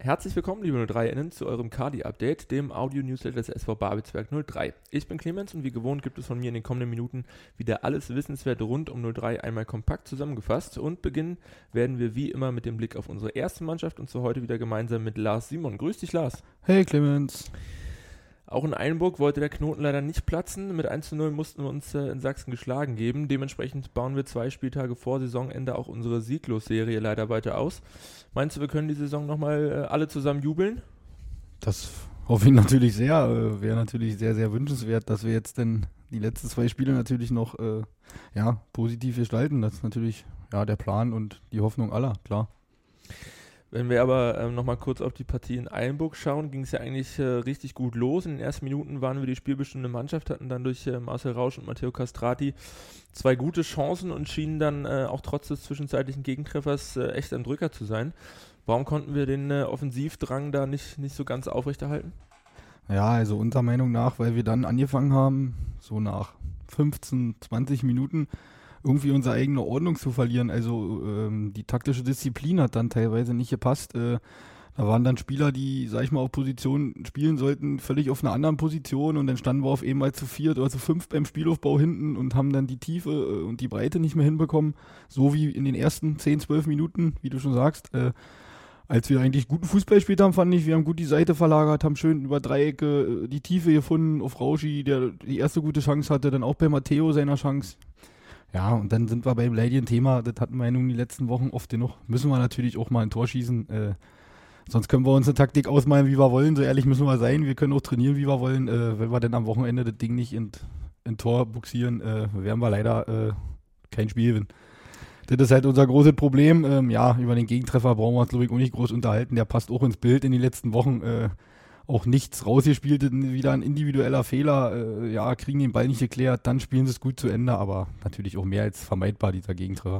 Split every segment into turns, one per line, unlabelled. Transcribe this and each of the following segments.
Herzlich willkommen, liebe 03-Innen, zu eurem Kadi-Update, dem Audio-Newsletter des SV Babelsberg 03. Ich bin Clemens und wie gewohnt gibt es von mir in den kommenden Minuten wieder alles Wissenswerte rund um 03 einmal kompakt zusammengefasst. Und beginnen werden wir wie immer mit dem Blick auf unsere erste Mannschaft und so heute wieder gemeinsam mit Lars Simon. Grüß dich, Lars.
Hey, Clemens.
Auch in Eilenburg wollte der Knoten leider nicht platzen. Mit 1:0 mussten wir uns in Sachsen geschlagen geben. Dementsprechend bauen wir 2 Spieltage vor Saisonende auch unsere Sieglos-Serie leider weiter aus. Meinst du, wir können die Saison nochmal alle zusammen jubeln?
Das hoffe ich natürlich sehr. Wäre natürlich sehr, sehr wünschenswert, dass wir jetzt denn die letzten 2 Spiele natürlich noch positiv gestalten. Das ist natürlich der Plan und die Hoffnung aller, klar.
Wenn wir aber nochmal kurz auf die Partie in Eilenburg schauen, ging es ja eigentlich richtig gut los. In den ersten Minuten waren wir die spielbestimmende Mannschaft, hatten dann durch Marcel Rausch und Matteo Castrati 2 gute Chancen und schienen dann auch trotz des zwischenzeitlichen Gegentreffers echt am Drücker zu sein. Warum konnten wir den Offensivdrang da nicht so ganz aufrechterhalten?
Ja, also unserer Meinung nach, weil wir dann angefangen haben, so nach 15, 20 Minuten irgendwie unsere eigene Ordnung zu verlieren. Also die taktische Disziplin hat dann teilweise nicht gepasst. Da waren dann Spieler, die, sag ich mal, auf Positionen spielen sollten, völlig auf einer anderen Position und dann standen wir auf einmal zu 4 oder zu 5 beim Spielaufbau hinten und haben dann die Tiefe und die Breite nicht mehr hinbekommen. So wie in den ersten 10, 12 Minuten, wie du schon sagst. Als wir eigentlich guten Fußball gespielt haben, fand ich, wir haben gut die Seite verlagert, haben schön über Dreiecke die Tiefe gefunden auf Rauschi, der die erste gute Chance hatte, dann auch bei Matteo seiner Chance. Ja, und dann sind wir beim Leidien-Thema, das hatten wir ja nun die letzten Wochen oft genug, müssen wir natürlich auch mal ein Tor schießen, sonst können wir uns eine Taktik ausmalen, wie wir wollen, so ehrlich müssen wir sein, wir können auch trainieren, wie wir wollen, wenn wir dann am Wochenende das Ding nicht in Tor buxieren, werden wir leider kein Spiel gewinnen. Das ist halt unser großes Problem, über den Gegentreffer brauchen wir uns, glaube ich, auch nicht groß unterhalten, der passt auch ins Bild in den letzten Wochen, auch nichts rausgespielt, wieder ein individueller Fehler, kriegen den Ball nicht geklärt, dann spielen sie es gut zu Ende, aber natürlich auch mehr als vermeidbar, dieser Gegentreffer.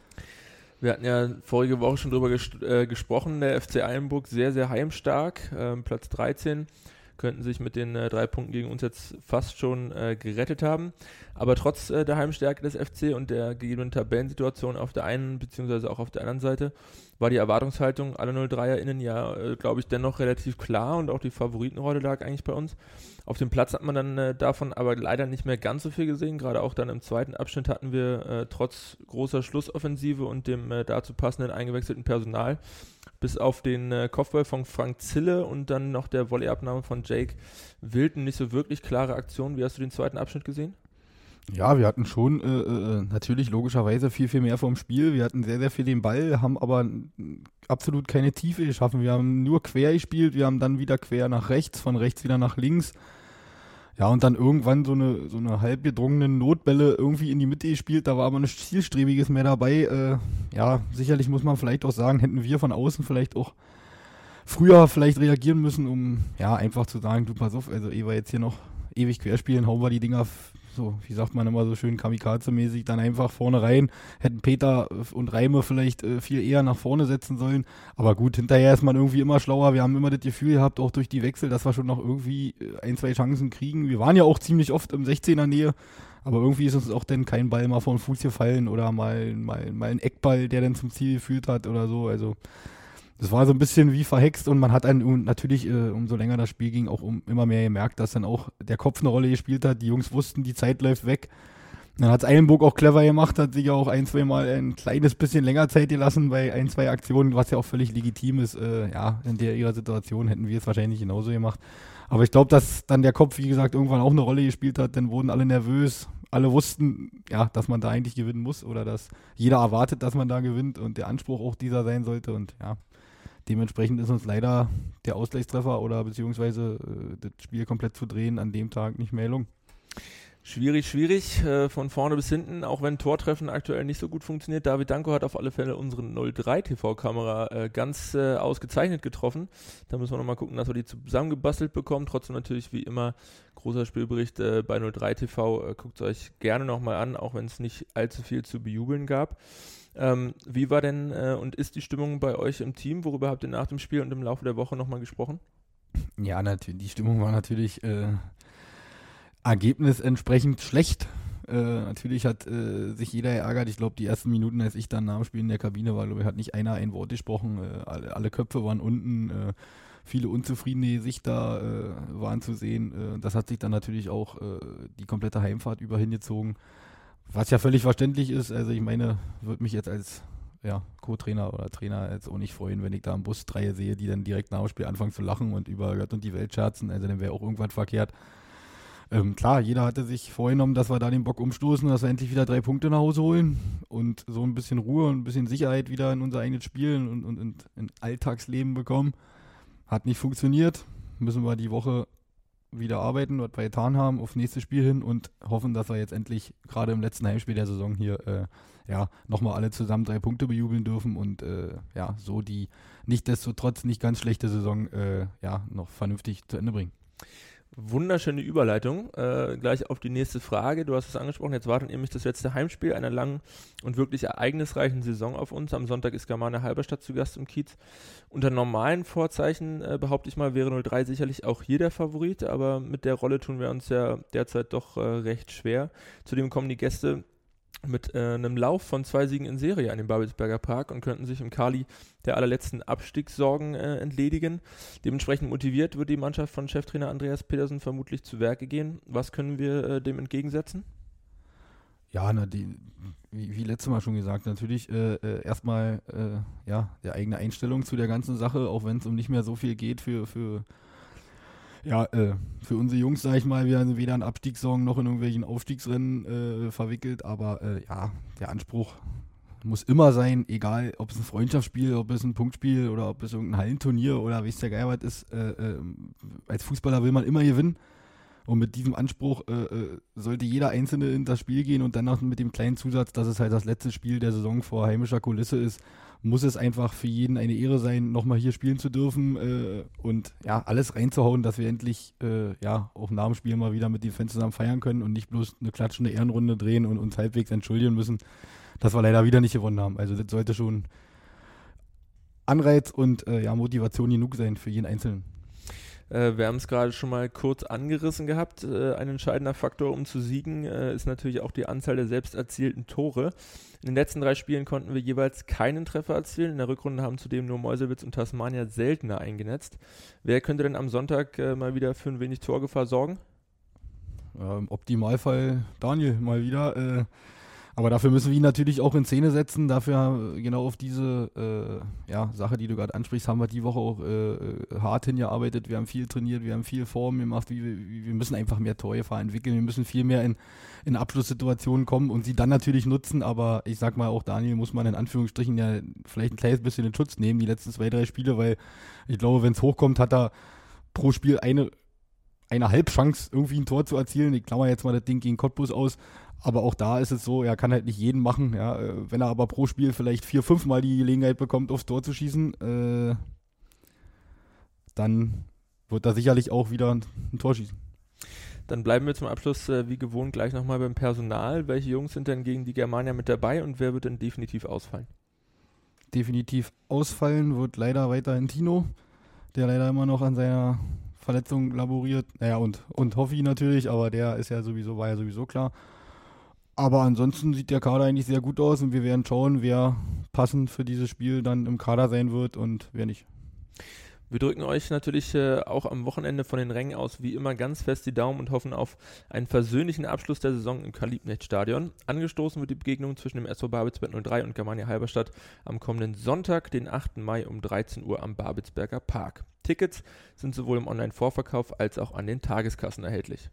Wir hatten ja vorige Woche schon drüber gesprochen, der FC Eilenburg sehr, sehr heimstark, Platz 13, könnten sich mit den 3 Punkten gegen uns jetzt fast schon gerettet haben. Aber trotz der Heimstärke des FC und der gegebenen Tabellensituation auf der einen bzw. auch auf der anderen Seite war die Erwartungshaltung aller 03erInnen glaube ich, dennoch relativ klar und auch die Favoritenrolle lag eigentlich bei uns. Auf dem Platz hat man dann davon aber leider nicht mehr ganz so viel gesehen. Gerade auch dann im zweiten Abschnitt hatten wir trotz großer Schlussoffensive und dem dazu passenden eingewechselten Personal bis auf den Kopfball von Frank Zille und dann noch der Volleyabnahme von Jake Wilton nicht so wirklich klare Aktionen. Wie hast du den zweiten Abschnitt gesehen?
Ja, wir hatten schon natürlich logischerweise viel, viel mehr vom Spiel. Wir hatten sehr, sehr viel den Ball, haben aber absolut keine Tiefe geschaffen. Wir haben nur quer gespielt, wir haben dann wieder quer nach rechts, von rechts wieder nach links. Ja, und dann irgendwann so eine halb gedrungene Notbälle irgendwie in die Mitte gespielt, da war aber nichts Zielstrebiges mehr dabei. Sicherlich muss man vielleicht auch sagen, hätten wir von außen vielleicht auch früher vielleicht reagieren müssen, um einfach zu sagen, du pass auf, also ehe wir jetzt hier noch ewig querspielen, hauen wir die Dinger so, wie sagt man immer so schön, Kamikaze-mäßig dann einfach vorne rein. Hätten Peter und Reime vielleicht viel eher nach vorne setzen sollen. Aber gut, hinterher ist man irgendwie immer schlauer. Wir haben immer das Gefühl gehabt, auch durch die Wechsel, dass wir schon noch irgendwie 1, 2 Chancen kriegen. Wir waren ja auch ziemlich oft im 16er Nähe. Aber irgendwie ist uns auch dann kein Ball mal vor den Fuß gefallen oder mal ein Eckball, der dann zum Ziel geführt hat oder so. Also das war so ein bisschen wie verhext und man hat dann natürlich, umso länger das Spiel ging, auch immer mehr gemerkt, dass dann auch der Kopf eine Rolle gespielt hat. Die Jungs wussten, die Zeit läuft weg. Dann hat es Eilenburg auch clever gemacht, hat sich ja auch 1, 2 Mal ein kleines bisschen länger Zeit gelassen bei 1, 2 Aktionen, was ja auch völlig legitim ist. In ihrer Situation hätten wir es wahrscheinlich genauso gemacht. Aber ich glaube, dass dann der Kopf, wie gesagt, irgendwann auch eine Rolle gespielt hat. Dann wurden alle nervös. Alle wussten, dass man da eigentlich gewinnen muss oder dass jeder erwartet, dass man da gewinnt und der Anspruch auch dieser sein sollte und dementsprechend ist uns leider der Ausgleichstreffer oder beziehungsweise das Spiel komplett zu drehen an dem Tag nicht mehr gelungen.
Schwierig, von vorne bis hinten, auch wenn Tortreffen aktuell nicht so gut funktioniert. David Danko hat auf alle Fälle unsere 03 TV-Kamera ganz ausgezeichnet getroffen. Da müssen wir nochmal gucken, dass wir die zusammengebastelt bekommen. Trotzdem natürlich wie immer großer Spielbericht bei 03 TV. Guckt es euch gerne nochmal an, auch wenn es nicht allzu viel zu bejubeln gab. Wie war denn und ist die Stimmung bei euch im Team? Worüber habt ihr nach dem Spiel und im Laufe der Woche nochmal gesprochen?
Ja, natürlich. Die Stimmung war natürlich ergebnisentsprechend schlecht. Natürlich hat sich jeder ärgert. Ich glaube, die ersten Minuten, als ich dann nach dem Spiel in der Kabine war, glaube ich, hat nicht einer ein Wort gesprochen. Alle Köpfe waren unten. Viele unzufriedene Gesichter waren zu sehen. Das hat sich dann natürlich auch die komplette Heimfahrt über hingezogen. Was ja völlig verständlich ist. Also ich meine, würde mich jetzt als Co-Trainer oder Trainer jetzt auch nicht freuen, wenn ich da im Bus 3 sehe, die dann direkt nach dem Spiel anfangen zu lachen und über Gott und die Welt scherzen. Also dann wäre auch irgendwas verkehrt. Klar, jeder hatte sich vorgenommen, dass wir da den Bock umstoßen, dass wir endlich wieder 3 Punkte nach Hause holen und so ein bisschen Ruhe und ein bisschen Sicherheit wieder in unser eigenes Spiel und in Alltagsleben bekommen. Hat nicht funktioniert. Müssen wir die Woche wieder arbeiten, was wir getan haben, aufs nächste Spiel hin und hoffen, dass wir jetzt endlich gerade im letzten Heimspiel der Saison hier nochmal alle zusammen 3 Punkte bejubeln dürfen und so die nichtsdestotrotz nicht ganz schlechte Saison noch vernünftig zu Ende bringen.
Wunderschöne Überleitung, gleich auf die nächste Frage. Du hast es angesprochen, jetzt wartet nämlich das letzte Heimspiel einer langen und wirklich ereignisreichen Saison auf uns. Am Sonntag ist Germania Halberstadt zu Gast im Kiez. Unter normalen Vorzeichen, behaupte ich mal, wäre 03 sicherlich auch hier der Favorit, aber mit der Rolle tun wir uns ja derzeit doch recht schwer. Zudem kommen die Gäste mit einem Lauf von 2 Siegen in Serie an den Babelsberger Park und könnten sich im Kali der allerletzten Abstiegssorgen entledigen. Dementsprechend motiviert wird die Mannschaft von Cheftrainer Andreas Petersen vermutlich zu Werke gehen. Was können wir dem entgegensetzen?
Ja, wie letztes Mal schon gesagt, natürlich erstmal der eigene Einstellung zu der ganzen Sache, auch wenn es um nicht mehr so viel geht für unsere Jungs, sag ich mal, wir sind weder in Abstiegssorgen noch in irgendwelchen Aufstiegsrennen verwickelt, aber der Anspruch muss immer sein, egal ob es ein Freundschaftsspiel, ob es ein Punktspiel oder ob es irgendein Hallenturnier oder weiß der Geier was ist, als Fußballer will man immer gewinnen und mit diesem Anspruch sollte jeder Einzelne in das Spiel gehen und dann noch mit dem kleinen Zusatz, dass es halt das letzte Spiel der Saison vor heimischer Kulisse ist, muss es einfach für jeden eine Ehre sein, nochmal hier spielen zu dürfen und alles reinzuhauen, dass wir endlich auch nach dem Spiel mal wieder mit den Fans zusammen feiern können und nicht bloß eine klatschende Ehrenrunde drehen und uns halbwegs entschuldigen müssen, dass wir leider wieder nicht gewonnen haben. Also das sollte schon Anreiz und Motivation genug sein für jeden Einzelnen.
Wir haben es gerade schon mal kurz angerissen gehabt. Ein entscheidender Faktor, um zu siegen, ist natürlich auch die Anzahl der selbst erzielten Tore. In den letzten 3 Spielen konnten wir jeweils keinen Treffer erzielen. In der Rückrunde haben zudem nur Meuselwitz und Tasmania seltener eingenetzt. Wer könnte denn am Sonntag mal wieder für ein wenig Torgefahr sorgen?
Im Optimalfall Daniel mal wieder. Aber dafür müssen wir ihn natürlich auch in Szene setzen. Dafür genau auf diese Sache, die du gerade ansprichst, haben wir die Woche auch hart hingearbeitet. Wir haben viel trainiert, wir haben viel Form gemacht. Wir müssen einfach mehr Torgefahr entwickeln. Wir müssen viel mehr in Abschlusssituationen kommen und sie dann natürlich nutzen. Aber ich sag mal, auch Daniel muss man in Anführungsstrichen ja vielleicht ein kleines bisschen in Schutz nehmen, die letzten 2, 3 Spiele, weil ich glaube, wenn es hochkommt, hat er pro Spiel eine Halbchance, irgendwie ein Tor zu erzielen. Ich klammer jetzt mal das Ding gegen Cottbus aus. Aber auch da ist es so, er kann halt nicht jeden machen. Ja. Wenn er aber pro Spiel vielleicht 4, 5 Mal die Gelegenheit bekommt, aufs Tor zu schießen, dann wird er sicherlich auch wieder ein Tor schießen.
Dann bleiben wir zum Abschluss wie gewohnt gleich nochmal beim Personal. Welche Jungs sind denn gegen die Germania mit dabei und wer wird denn definitiv ausfallen?
Definitiv ausfallen wird leider weiterhin Tino, der leider immer noch an seiner Verletzung laboriert. Naja, und Hoffi natürlich, aber der war ja sowieso klar. Aber ansonsten sieht der Kader eigentlich sehr gut aus und wir werden schauen, wer passend für dieses Spiel dann im Kader sein wird und wer nicht.
Wir drücken euch natürlich auch am Wochenende von den Rängen aus wie immer ganz fest die Daumen und hoffen auf einen versöhnlichen Abschluss der Saison im Karl-Liebknecht-Stadion. Angestoßen wird die Begegnung zwischen dem SV Babelsberg 03 und Germania Halberstadt am kommenden Sonntag, den 8. Mai um 13 Uhr am Babelsberger Park. Tickets sind sowohl im Online-Vorverkauf als auch an den Tageskassen erhältlich.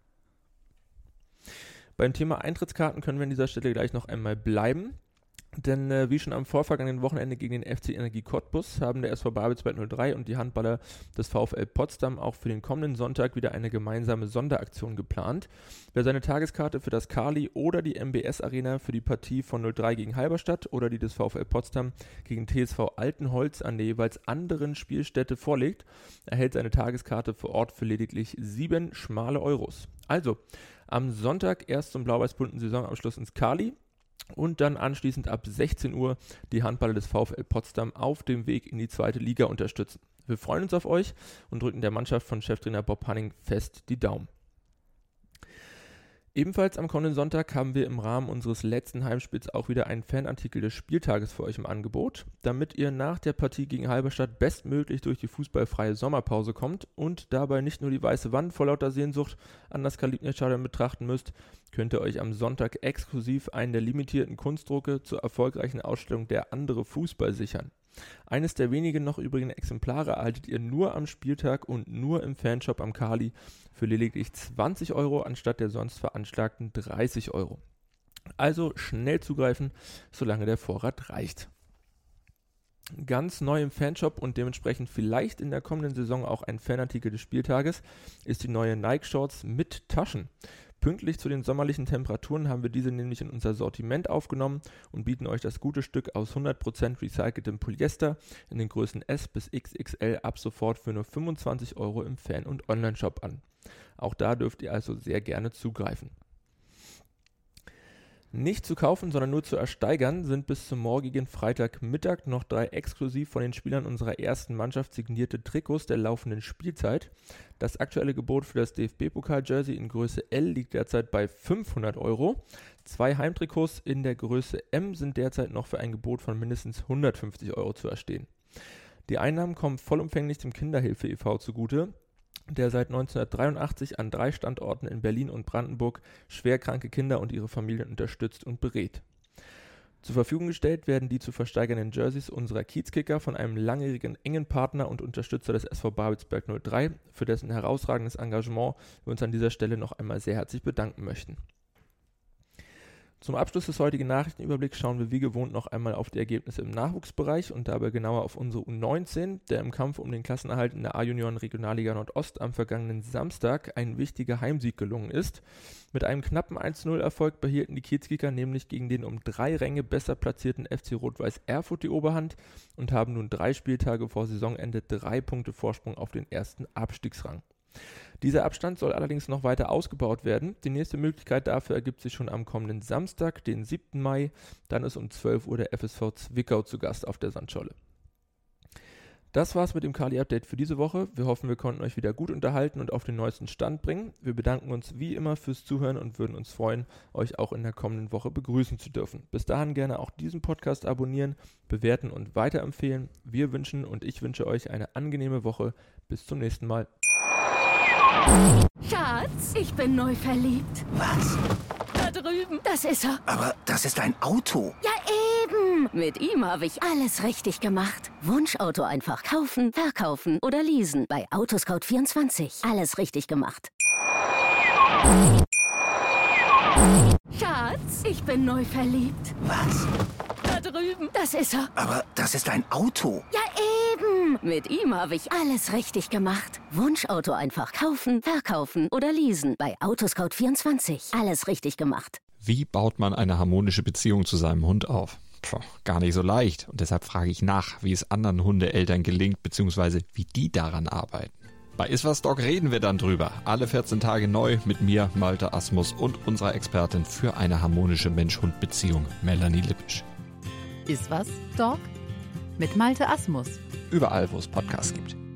Beim Thema Eintrittskarten können wir an dieser Stelle gleich noch einmal bleiben, denn wie schon am vorvergangenen Wochenende gegen den FC Energie Cottbus haben der SV Babelsberg 03 und die Handballer des VfL Potsdam auch für den kommenden Sonntag wieder eine gemeinsame Sonderaktion geplant. Wer seine Tageskarte für das Kali oder die MBS Arena für die Partie von 03 gegen Halberstadt oder die des VfL Potsdam gegen TSV Altenholz an der jeweils anderen Spielstätte vorlegt, erhält seine Tageskarte vor Ort für lediglich 7 schmale Euros. Also, am Sonntag erst zum blau-weiß-bunten Saisonabschluss ins Kali und dann anschließend ab 16 Uhr die Handballer des VfL Potsdam auf dem Weg in die 2. Liga unterstützen. Wir freuen uns auf euch und drücken der Mannschaft von Cheftrainer Bob Hanning fest die Daumen. Ebenfalls am kommenden Sonntag haben wir im Rahmen unseres letzten Heimspiels auch wieder einen Fanartikel des Spieltages für euch im Angebot, damit ihr nach der Partie gegen Halberstadt bestmöglich durch die fußballfreie Sommerpause kommt und dabei nicht nur die weiße Wand vor lauter Sehnsucht an das Kalibnerstadion betrachten müsst, könnt ihr euch am Sonntag exklusiv einen der limitierten Kunstdrucke zur erfolgreichen Ausstellung Der andere Fußball sichern. Eines der wenigen noch übrigen Exemplare erhaltet ihr nur am Spieltag und nur im Fanshop am Kali für lediglich 20 € anstatt der sonst veranschlagten 30 €. Also schnell zugreifen, solange der Vorrat reicht. Ganz neu im Fanshop und dementsprechend vielleicht in der kommenden Saison auch ein Fanartikel des Spieltages ist die neue Nike Shorts mit Taschen. Pünktlich zu den sommerlichen Temperaturen haben wir diese nämlich in unser Sortiment aufgenommen und bieten euch das gute Stück aus 100% recyceltem Polyester in den Größen S bis XXL ab sofort für nur 25 € im Fan- und Online-Shop an. Auch da dürft ihr also sehr gerne zugreifen. Nicht zu kaufen, sondern nur zu ersteigern sind bis zum morgigen Freitagmittag noch 3 exklusiv von den Spielern unserer ersten Mannschaft signierte Trikots der laufenden Spielzeit. Das aktuelle Gebot für das DFB-Pokal-Jersey in Größe L liegt derzeit bei 500 €. 2 Heimtrikots in der Größe M sind derzeit noch für ein Gebot von mindestens 150 € zu erstehen. Die Einnahmen kommen vollumfänglich dem Kinderhilfe e.V. zugute, der seit 1983 an 3 Standorten in Berlin und Brandenburg schwerkranke Kinder und ihre Familien unterstützt und berät. Zur Verfügung gestellt werden die zu versteigernden Jerseys unserer Kiezkicker von einem langjährigen engen Partner und Unterstützer des SV Babelsberg 03, für dessen herausragendes Engagement wir uns an dieser Stelle noch einmal sehr herzlich bedanken möchten. Zum Abschluss des heutigen Nachrichtenüberblicks schauen wir wie gewohnt noch einmal auf die Ergebnisse im Nachwuchsbereich und dabei genauer auf unsere U19, der im Kampf um den Klassenerhalt in der A-Junioren Regionalliga Nordost am vergangenen Samstag ein wichtiger Heimsieg gelungen ist. Mit einem knappen 1-0-Erfolg behielten die Kiezkicker nämlich gegen den um 3 Ränge besser platzierten FC Rot-Weiß Erfurt die Oberhand und haben nun 3 Spieltage vor Saisonende 3 Punkte Vorsprung auf den ersten Abstiegsrang. Dieser Abstand soll allerdings noch weiter ausgebaut werden. Die nächste Möglichkeit dafür ergibt sich schon am kommenden Samstag, den 7. Mai. Dann ist um 12 Uhr der FSV Zwickau zu Gast auf der Sandscholle. Das war's mit dem Kali-Update für diese Woche. Wir hoffen, wir konnten euch wieder gut unterhalten und auf den neuesten Stand bringen. Wir bedanken uns wie immer fürs Zuhören und würden uns freuen, euch auch in der kommenden Woche begrüßen zu dürfen. Bis dahin gerne auch diesen Podcast abonnieren, bewerten und weiterempfehlen. Wir wünschen und ich wünsche euch eine angenehme Woche. Bis zum nächsten Mal.
Schatz, ich bin neu verliebt.
Was?
Da drüben. Das ist er.
Aber das ist ein Auto.
Ja, eben. Mit ihm habe ich alles richtig gemacht. Wunschauto einfach kaufen, verkaufen oder leasen. Bei Autoscout24. Alles richtig gemacht. Schatz, ich bin neu verliebt.
Was?
Da drüben. Das ist er.
Aber das ist ein Auto.
Ja, eben. Mit ihm habe ich alles richtig gemacht. Wunschauto einfach kaufen, verkaufen oder leasen. Bei Autoscout24. Alles richtig gemacht.
Wie baut man eine harmonische Beziehung zu seinem Hund auf? Gar nicht so leicht. Und deshalb frage ich nach, wie es anderen Hundeeltern gelingt, beziehungsweise wie die daran arbeiten. Bei Iswas Dog reden wir dann drüber. Alle 14 Tage neu mit mir, Malte Asmus und unserer Expertin für eine harmonische Mensch-Hund-Beziehung, Melanie Lippisch.
Iswas Dog mit Malte Asmus.
Überall, wo es Podcasts gibt.